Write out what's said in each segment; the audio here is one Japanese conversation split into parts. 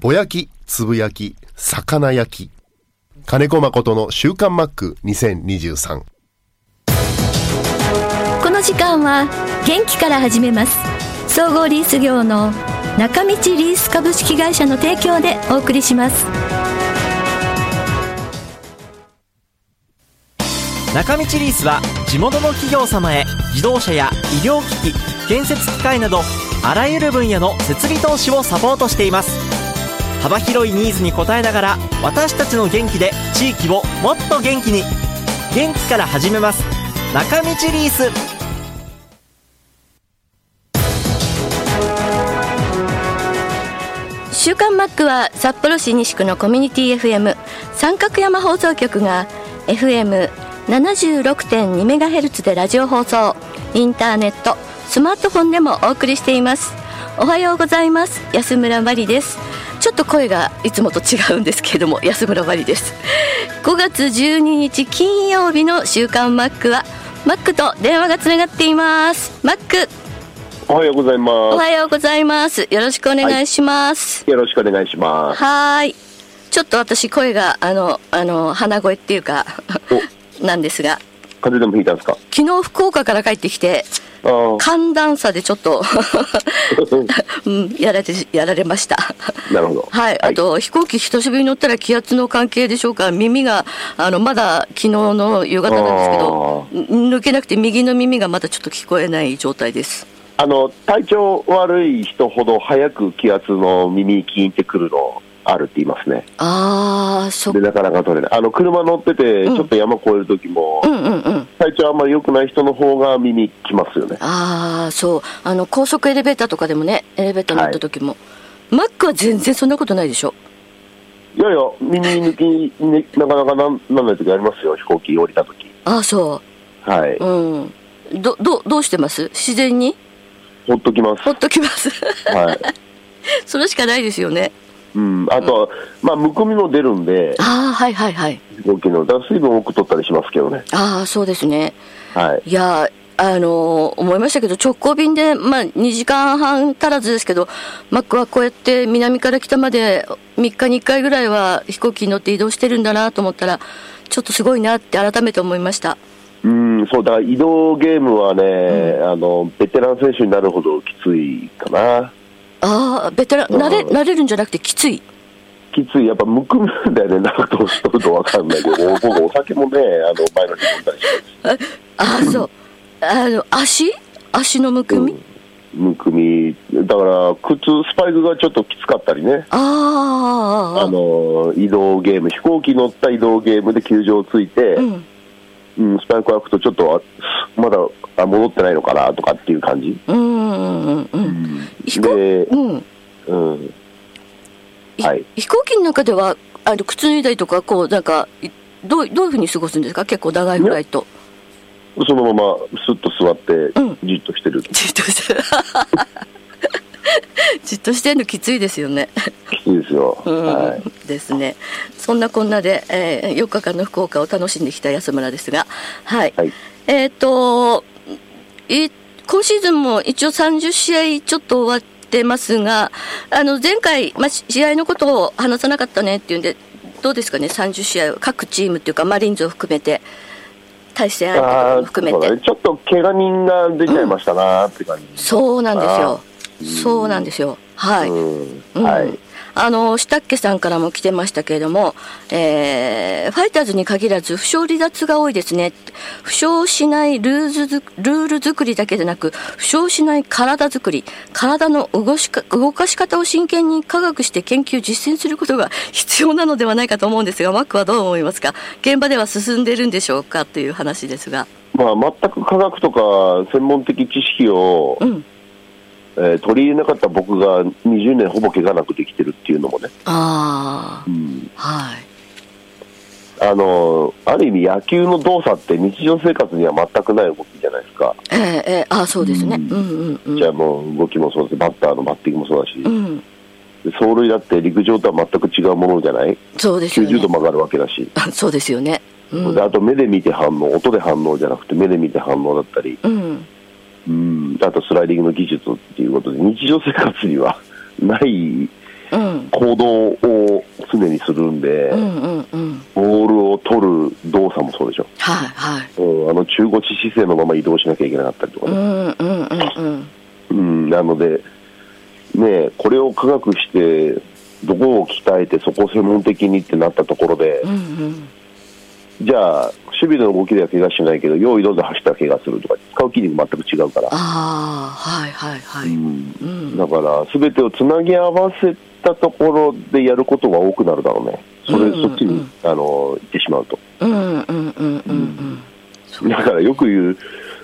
ぼやき、つぶやき、魚焼き。金子誠の週刊マック2023。 この時間は元気から始めます。総合リース業の中道リース株式会社の提供でお送りします。 中道リースは地元の企業様へ自動車や医療機器、建設機械などあらゆる分野の設備投資をサポートしています。幅広いニーズに応えながら私たちの元気で地域をもっと元気に。元気から始めます。中道リース。 週刊マックは札幌市西区のコミュニティ FM 三角山放送局が FM76.2MHz でラジオ放送、インターネット、スマートフォンでもお送りしています。おはようございます。安村麻里です。ちょっと声がいつもと違うんですけれども、安村麻里です。5月12日金曜日の週刊マックはマックと電話がつながっています。マック、 おはようございます。 おはようございます。よろしくお願いします。 よろしくお願いします。 はい。ちょっと私声が鼻声っていうかなんですが、 風邪でもひいたんですか？ 昨日福岡から帰ってきて寒暖差でちょっと、やられました。 なるほど。 はい。あと、飛行機久しぶりに乗ったら気圧の関係でしょうか、耳がまだ昨日の夕方なんですけど抜けなくて右の耳がまだちょっと聞こえない状態です。 体調悪い人ほど早く気圧の耳キーンってくるのあるって言いますね。 そうでなかなか取れない。車乗っててちょっと山越える時も、体調あんまり良くない人の方が耳きますよね。 そう。高速エレベーターとかでもね、エレベーター乗った時も、マックは全然そんなことないでしょ？ いやいや、耳抜き、ね、なかなかなんない時ありますよ。飛行機降りた時。 そう。はい。どうしてます？自然にほっときます。 ほっときます。 はい。 それしかないですよね。 あとは、むくみも出るんで、 はいはいはい。 飛行機のだから水分多く取ったりしますけどね。 そうですね。 はい。 いや思いましたけど、直行便で2時間半足らずですけど、マックはこうやって南から北まで3日に1回ぐらいは飛行機に乗って移動してるんだなと思ったら、ちょっとすごいなって改めて思いました。 そうだ、移動ゲームはね、ベテラン選手になるほどきついかな。 ベテラン、慣れるんじゃなくてきつい。 きつい、やっぱむくむんだよね、長く年取ると分かんないけど、僕お酒もね、前の日飲んだりします。そう。足のむくみ？ むくみ、だからスパイクがちょっときつかったりね。移動ゲーム、飛行機乗った移動ゲームで球場ついて、スパイクが開くとちょっとまだ戻ってないのかなとかっていう感じ。 飛行機の中では靴脱いだりとかなんかどういうふうに過ごすんですか？結構長いフライト。 そのままスッと座ってじっとしてる。 じっとしてる。じっとしてるのきついですよね。 きついですよ。 ですね。そんなこんなで、4日間の福岡を楽しんできた安村ですが、はい。今シーズンも一応30試合ちょっと終わってますが、前回、試合のことを話さなかったねっていうんで、どうですかね、30試合各チームっていうかマリーンズを含めて、対戦相手も含めて、 ちょっと怪我人が出ちゃいましたなって感じ。 そうなんですよ。そうなんですよ。はい。したっけさんからも来てましたけれども、ファイターズに限らず負傷離脱が多いですね。負傷しないルール作りだけでなく、負傷しない体作り、体の動かし方を真剣に科学して研究実践することが必要なのではないかと思うんですが、マックはどう思いますか？現場では進んでいるんでしょうかという話ですが。 全く科学とか専門的知識を、取り入れなかった僕が20年ほぼ怪我なくできてるっていうのもね。ある意味野球の動作って日常生活には全くない動きじゃないですか。 そうですね。 じゃあもう動きもそうです。バッターのバッティングもそうだし、走塁だって陸上とは全く違うものじゃない。そうですよね。90度曲がるわけだし。そうですよね。あと目で見て反応、音で反応じゃなくて目で見て反応だったり、あとスライディングの技術っていうことで日常生活にはない行動を常にするんで、ボールを取る動作もそうでしょ。 はいはい。 中腰姿勢のまま移動しなきゃいけなかったりとかね。なので、ね、これを科学して、どこを鍛えて、そこを専門的にってなったところで、じゃあ、守備の動きでは怪我しないけど、用意どんどん走ったら怪我するとか、使う筋肉全く違うから。 はいはいはい。 だから、すべてをつなぎ合わせたところでやることが多くなるだろうね。そっちに、行ってしまうと。だからよく言う、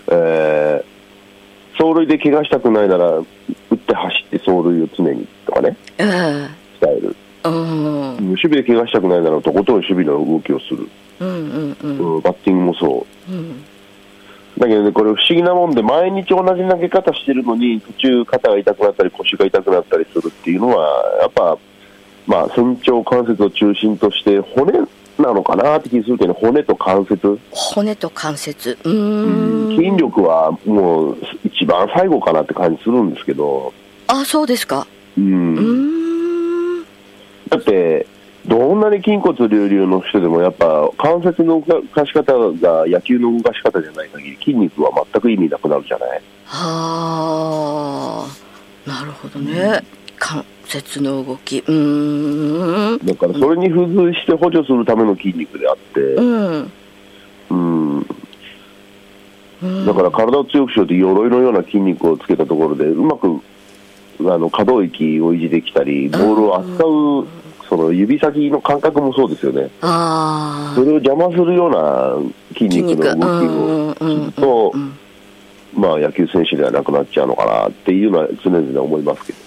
走塁で怪我したくないなら、打って走って走塁を常にとかね、伝える。守備で怪我したくないなら、とことん守備の動きをする。バッティングもそう。だけどね、これ不思議なもんで、毎日同じ投げ方してるのに、途中肩が痛くなったり腰が痛くなったりするっていうのは、やっぱ、まあ、仙腸関節を中心として、骨なのかなって気がするけど、骨と関節。 骨と関節。 筋力はもう一番最後かなって感じするんですけど。 あ、そうですか。 だって、どんなに筋骨隆々の人でもやっぱ関節の動かし方が野球の動かし方じゃない限り筋肉は全く意味なくなるじゃない。 はあ、なるほどね。関節の動き。だからそれに付随して補助するための筋肉であって、だから体を強くしようと鎧のような筋肉をつけたところでうまく可動域を維持できたり、ボールを扱うその指先の感覚もそうですよね。それを邪魔するような筋肉の動きをすると、まあ野球選手ではなくなっちゃうのかなっていうのは常々思いますけ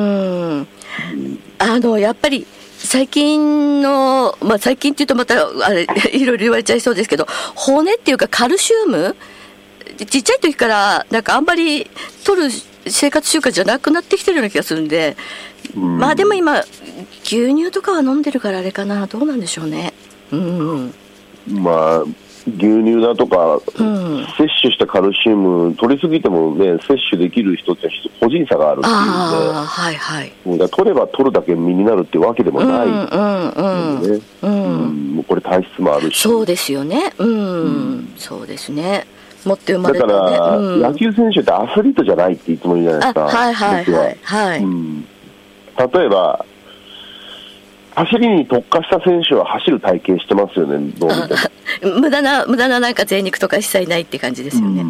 ど。やっぱり最近の、最近っていうとまたあれいろいろ言われちゃいそうですけど、骨っていうかカルシウム、ちっちゃい時からなんかあんまり取る生活習慣じゃなくなってきてるような気がするんで、まあでも今牛乳とかは飲んでるからあれかな、どうなんでしょうね。 まあ牛乳だとか、摂取したカルシウム取りすぎてもね、摂取できる人って個人差があるっていうので、取れば取るだけ身になるってわけでもないので、もうこれ体質もあるし。 そうですよね。そうですね。持って生まれたね。 だから、野球選手ってアスリートじゃないっていつも言うじゃないですか。例えば走りに特化した選手は走る体型してますよね、どう見ても。 無駄ななんか贅肉とか一切ないって感じですよね。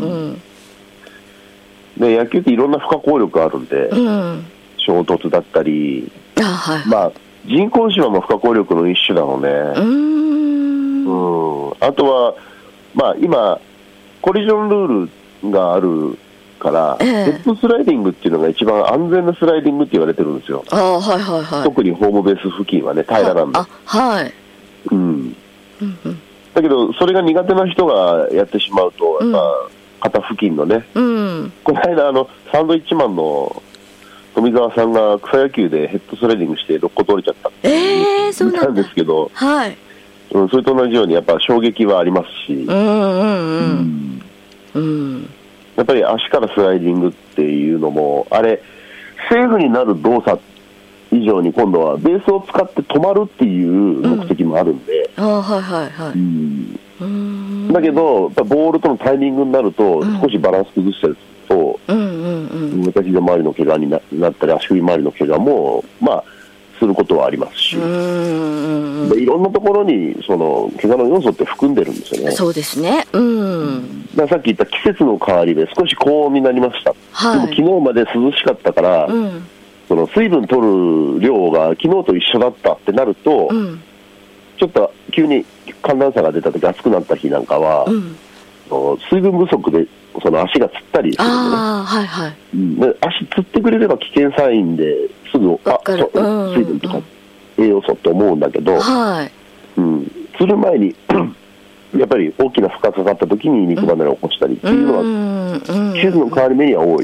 で野球っていろんな不可抗力あるんで、衝突だったり、まあ人工芝も不可抗力の一種なので、あとはまあ今コリジョンルールがあるから、ヘッドスライディングっていうのが一番安全なスライディングって言われてるんですよ。特にホームベース付近はね、平らなんで。だけどそれが苦手な人がやってしまうと、やっぱ肩付近のね、この間サンドイッチマンの富澤さんが草野球でヘッドスライディングして肋骨折れちゃったってそうなんですけど、それと同じようにやっぱ衝撃はありますし、やっぱり足からスライディングっていうのも、あれセーフになる動作以上に今度はベースを使って止まるっていう目的もあるんで、だけどボールとのタイミングになると少しバランス崩したりすると、膝周りの怪我に なったり足首周りの怪我もまあすることはありますし、でいろんなところにその怪我の要素って含んでるんですよね。 そうですね。 さっき言った季節の変わりで少し高温になりました。でも昨日まで涼しかったから、その水分取る量が昨日と一緒だったってなると、ちょっと急に寒暖差が出た時、暑くなった日なんかは、水分不足でその足がつったりするんでね。足つってくれれば危険サインですぐ水分とか栄養素って思うんだけど、つる前にやっぱり大きな負荷かかった時に肉離れを起こしたりっていうのは季節の変わり目には多い。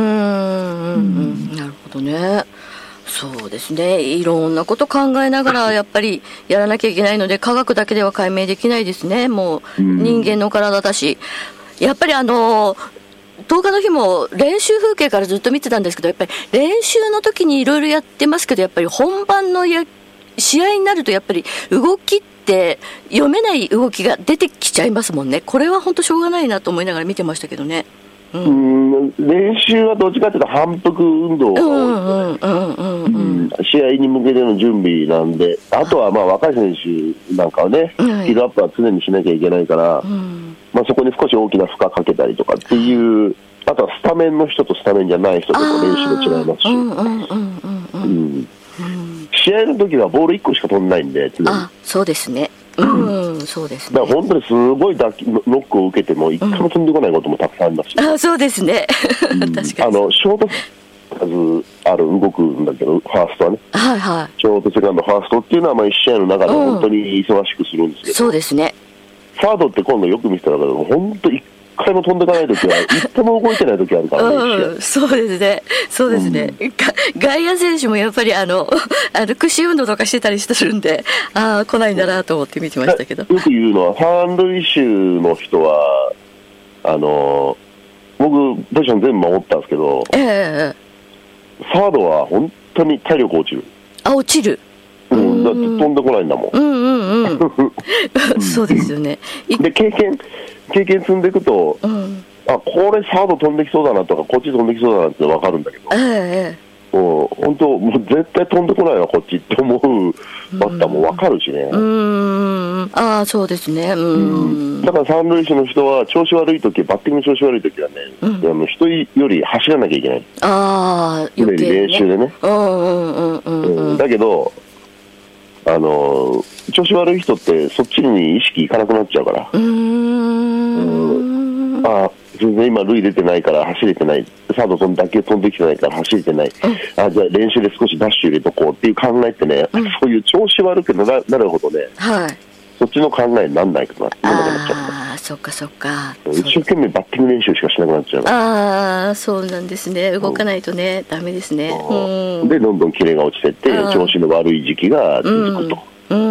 なるほどね。そうですね。いろんなこと考えながらやっぱりやらなきゃいけないので、科学だけでは解明できないですね。もう人間の体だし、やっぱり 10日の日も練習風景からずっと見てたんですけど、やっぱり練習の時にいろいろやってますけど、やっぱり本番の試合になるとやっぱり動きって読めない動きが出てきちゃいますもんね。これは本当しょうがないなと思いながら見てましたけどね。 練習はどっちかというと反復運動が多いですね。試合に向けての準備なんで、あとはまあ若い選手なんかはね、スキルアップは常にしなきゃいけないから、まあ、そこに少し大きな負荷かけたりとかっていう、あとはスタメンの人とスタメンじゃない人と練習が違いますし、試合の時はボール1個しか飛んでないんで、常に。 そうですね。そうですね。 だから本当にすごいノックを受けても一回も飛んでこないこともたくさんありますし、 そうですね。確かに。ショート数ある動くんだけど、ファーストはね、ショートセカンドファーストっていうのはまあ1試合の中で本当に忙しくするんですけど、 そうですね。 サードって今度よく見てたら本当1回も飛んでかないときは一歩も動いてないときあるからね。 そうですね。そうですね。外野選手もやっぱり屈指運動とかしてたりするんで、来ないんだなと思って見てましたけど。 よく言うのは三塁手の人は僕ポジション全部守ったんですけど、サードは本当に体力落ちる。 落ちる。 だって飛んでこないんだもん。 そうですよね。 で経験積んでいくと、これサード飛んできそうだなとかこっち飛んできそうだなって分かるんだけど、本当もう絶対飛んでこないわこっちって思うバッターも分かるしね。 そうですね。 だから三塁手の人は調子悪い時、バッティングの調子悪い時はね、人より走らなきゃいけない。 余計練習でね。だけど調子悪い人ってそっちに意識いかなくなっちゃうから、全然今塁出てないから走れてない、サードその打球飛んできてないから走れてない、じゃあ練習で少しダッシュ入れとこうっていう考えってね、そういう調子悪くなるほどね、そっちの考えにならないくなっちゃった。 そっかそっか。 一生懸命バッティング練習しかしなくなっちゃう。 そうなんですね。動かないとね、ダメですね。 でどんどんキレが落ちてって調子の悪い時期が続くと。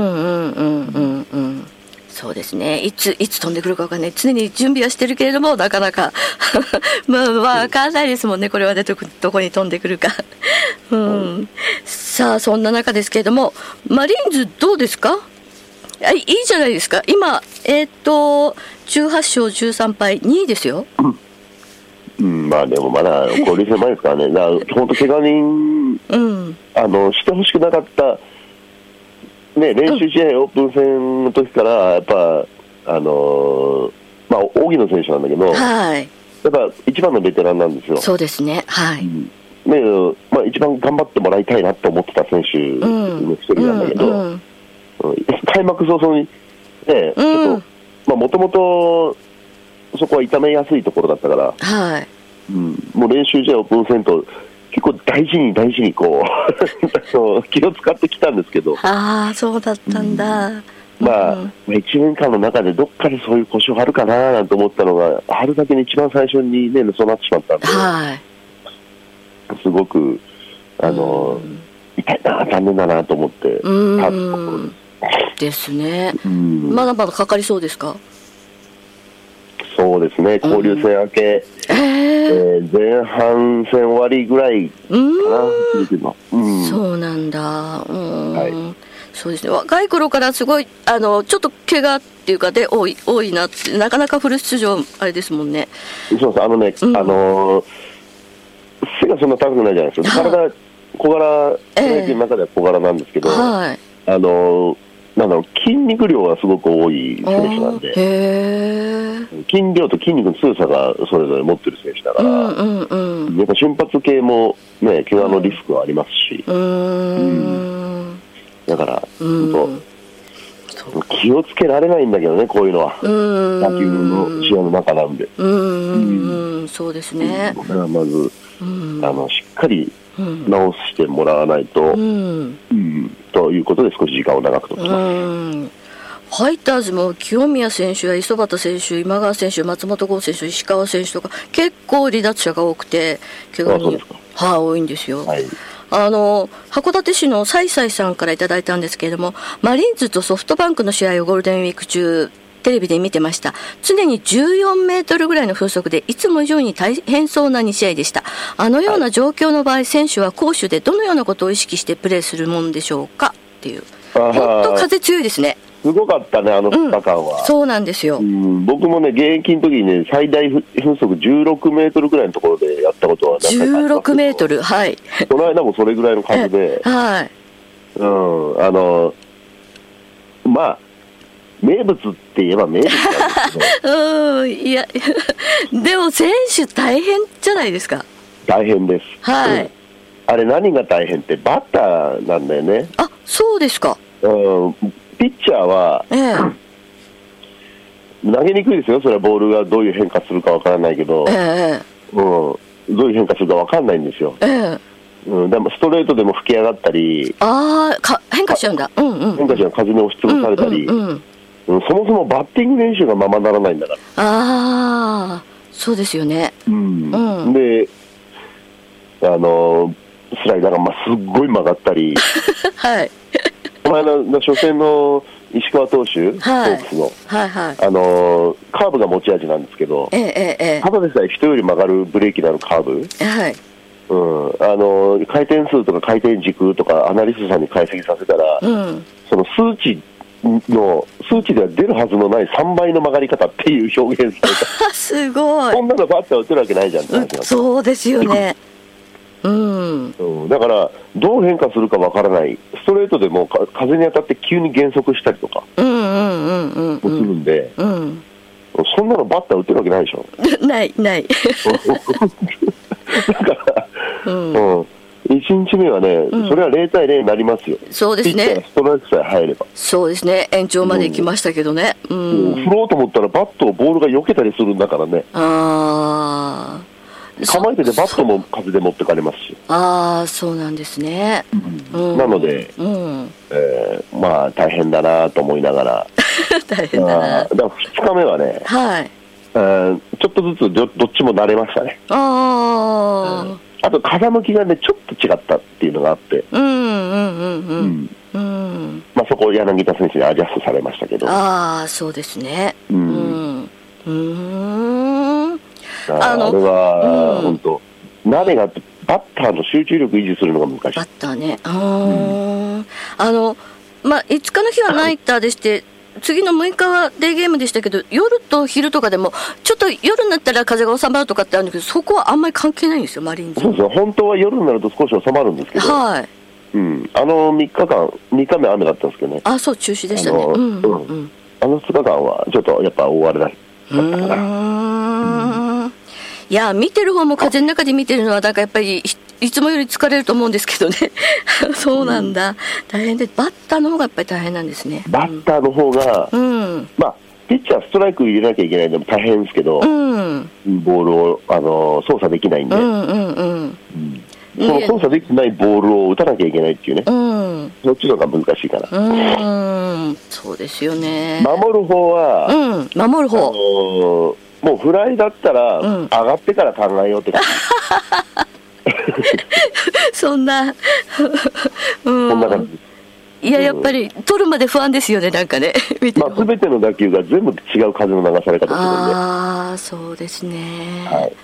そうですね。いつ飛んでくるか分かんない。常に準備はしてるけれどもなかなか分かんないですもんね。これはどこに飛んでくるか。さあそんな中ですけれども、マリーンズどうですか？いいじゃないですか。今18勝13敗2位ですよ。 まあでもまだ交流戦前ですからね。本当怪我人してほしくなかった。練習試合オープン戦の時からやっぱ荻野選手なんだけど、やっぱ一番のベテランなんですよ。 そうですね。 一番頑張ってもらいたいなと思ってた選手の一人なんだけど、開幕早々にちょっともともとそこは痛めやすいところだったから、もう練習試合オープン戦と結構大事にこう気を使ってきたんですけど、 そうだったんだ。 1年間の中でどっかでそういう故障あるかななんて思ったのが春だけに一番最初にねそうなってしまったんで、すごく痛いな、残念だなと思ってたところですね。まだまだかかりそうですか？ そうですね。交流戦明け、前半戦終わりぐらいかな。 そうなんだ。そうですね。若い頃からすごいちょっと怪我っていうかで多いなって、なかなかフル出場あれですもんね。 そうです。背がそんな高くないじゃないですか。体小柄、の中では小柄なんですけど、筋肉量がすごく多い選手なんで、筋量と筋肉の強さがそれぞれ持ってる選手だから、やっぱ瞬発系もね、怪我のリスクはありますし、だから気をつけられないんだけどね、こういうのは野球の試合の中なんで。 そうですね。 だからまずしっかり直してもらわないと、ということで少し時間を長くとってます。 ファイターズも清宮選手や磯端選手、今川選手、松本剛選手、石川選手とか結構離脱者が多くて怪我人多いんですよ。函館市のサイサイさんからいただいたんですけれども、マリーンズとソフトバンクの試合をゴールデンウィーク中テレビで見てました。常に14メートルぐらいの風速でいつも以上に大変そうな2試合でした。あのような状況の場合、選手は攻守でどのようなことを意識してプレーするもんでしょうかっていう。本当風強いですね。 すごかったね、あの2日間は。 そうなんですよ。 僕もね、現役の時にね、最大風速16メートルぐらいのところでやったことは何回かありますけど。 16メートル、はい。 この間もそれぐらいの風で、 はい。 まあ、名物って言えば名物なんですけど。 いや、でも選手大変じゃないですか。 大変です。 はい。 あれ何が大変ってバッターなんだよね。 あ、そうですか。 ピッチャーは、投げにくいですよ。それはボールがどういう変化するかわからないけど、どういう変化するかわかんないんですよ。でもストレートでも吹き上がったり、 変化しちゃうんだ。 変化しちゃう、風に押しつぶされたり、そもそもバッティング練習がままならないんだから。 そうですよね。 で、スライダーがすっごい曲がったり、 はい。 この間の初戦の石川投手、ホークスの、カーブが持ち味なんですけど、ただでさえ人より曲がるブレーキのあるカーブ、回転数とか回転軸とかアナリストさんに解析させたら、その数値では出るはずのない3倍の曲がり方っていう表現された。 すごい。 こんなのバッター打てるわけないじゃんって話なんです。 そうですよね。 だからどう変化するかわからない。ストレートでも風に当たって急に減速したりとかするんで、そんなのバッター打てるわけないでしょ。 ないだから1日目はね、それは0対0になりますよ。 そうですね。 ストライクさえ入れば。 そうですね。延長まで行きましたけどね。振ろうと思ったらバットをボールが避けたりするんだからね。構えててバットも風で持ってかれますし。 そうなんですね。 なので、まあ大変だなと思いながら。 大変だな。 だから2日目はね、ちょっとずつどっちも慣れましたね。あと風向きがねちょっと違ったっていうのがあって、そこを柳田選手にアジャストされましたけど。 そうですね。 あれは本当、慣れがバッターの集中力維持するのが難しい。 バッターね。5日の日はナイターでして、次の6日はデーゲームでしたけど、夜と昼とかでもちょっと夜になったら風が収まるとかってあるんだけど、そこはあんまり関係ないんですよ、マリーンズ。 そうですよ。本当は夜になると少し収まるんですけど、3日間3日目雨だったんですけどね。 そう、中止でしたね。 あの2日間はちょっとやっぱ大荒れだったかな。 いや、見てる方も風の中で見てるのはなんかやっぱりいつもより疲れると思うんですけどね。そうなんだ。大変で、バッターの方がやっぱり大変なんですね。 バッターの方が、ピッチャーストライク入れなきゃいけないのも大変ですけど、ボールを操作できないんで、その操作できないボールを打たなきゃいけないっていうね、そっちの方が難しいかな。 そうですよね。 守る方は、 守る方、 もうフライだったら、上がってから考えようって感じ。 そんなそんな感じ。 いや、やっぱり取るまで不安ですよね、なんかね。全ての打球が全部違う風の流され方するんで。 そうですね。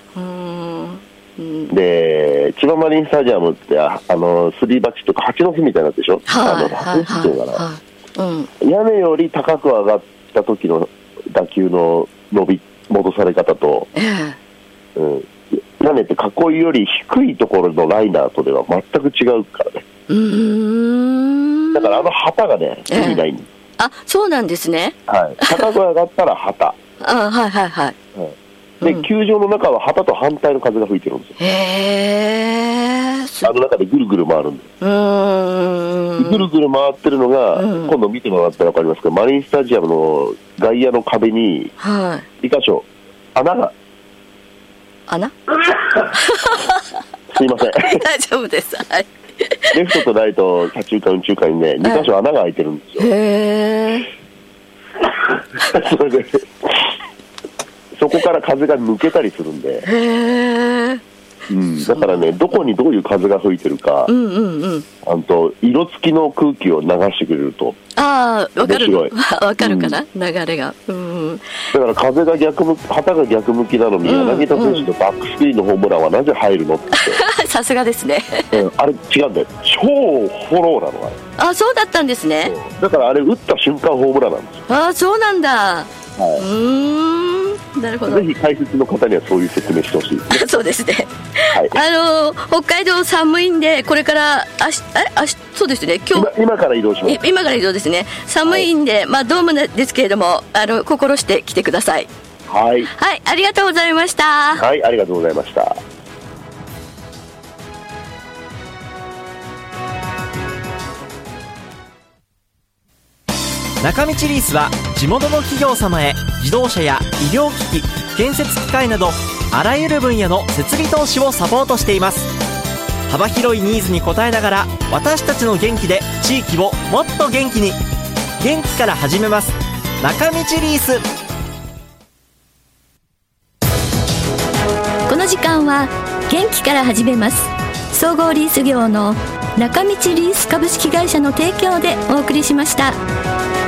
で、千葉マリンスタジアムってすり鉢とか蜂の巣みたいなやつでしょ。蜂の巣っていうのかな。屋根より高く上がった時の打球の戻され方と、屋根って囲いより低いところのライナーとでは全く違うからね。だから旗がね、意味ないんです。 そうなんですね。 高く上がったら旗。で、球場の中は旗と反対の風が吹いてるんですよ。中でぐるぐる回るんです。ぐるぐる回ってるのが、今度見てもらったら分かりますけど、マリンスタジアムの外野の壁に、2箇所、穴が。すいません。 大丈夫です。 レフトとライト、左中間、右中間にね、2箇所穴が開いてるんですよ。それで、そこから風が抜けたりするんで。 だからね、どこにどういう風が吹いてるか、色付きの空気を流してくれるとわかるかな、流れが、 だから風が旗が逆向きなのに、柳田選手のバックスクリーンのホームランはなぜ入るのってさすがですね、 あれ違うんだよ、超フォローなのあれ。 そうだったんですね。 だからあれ打った瞬間ホームランなんですよ。 そうなんだ。なるほど。 ぜひ解説の方にはそういう説明してほしいですね。 そうですね。北海道寒いんで、これからそうですね。 今から移動します。 今から移動ですね。寒いんで、ドームですけれども、心して来てください。はい、ありがとうございました。 はい、ありがとうございました。 中道リースは地元の企業様へ自動車や医療機器、建設機械などあらゆる分野の設備投資をサポートしています。幅広いニーズに応えながら、私たちの元気で地域をもっと元気に。元気から始めます。中道リース。 この時間は元気から始めます。総合リース業の中道リース株式会社の提供でお送りしました。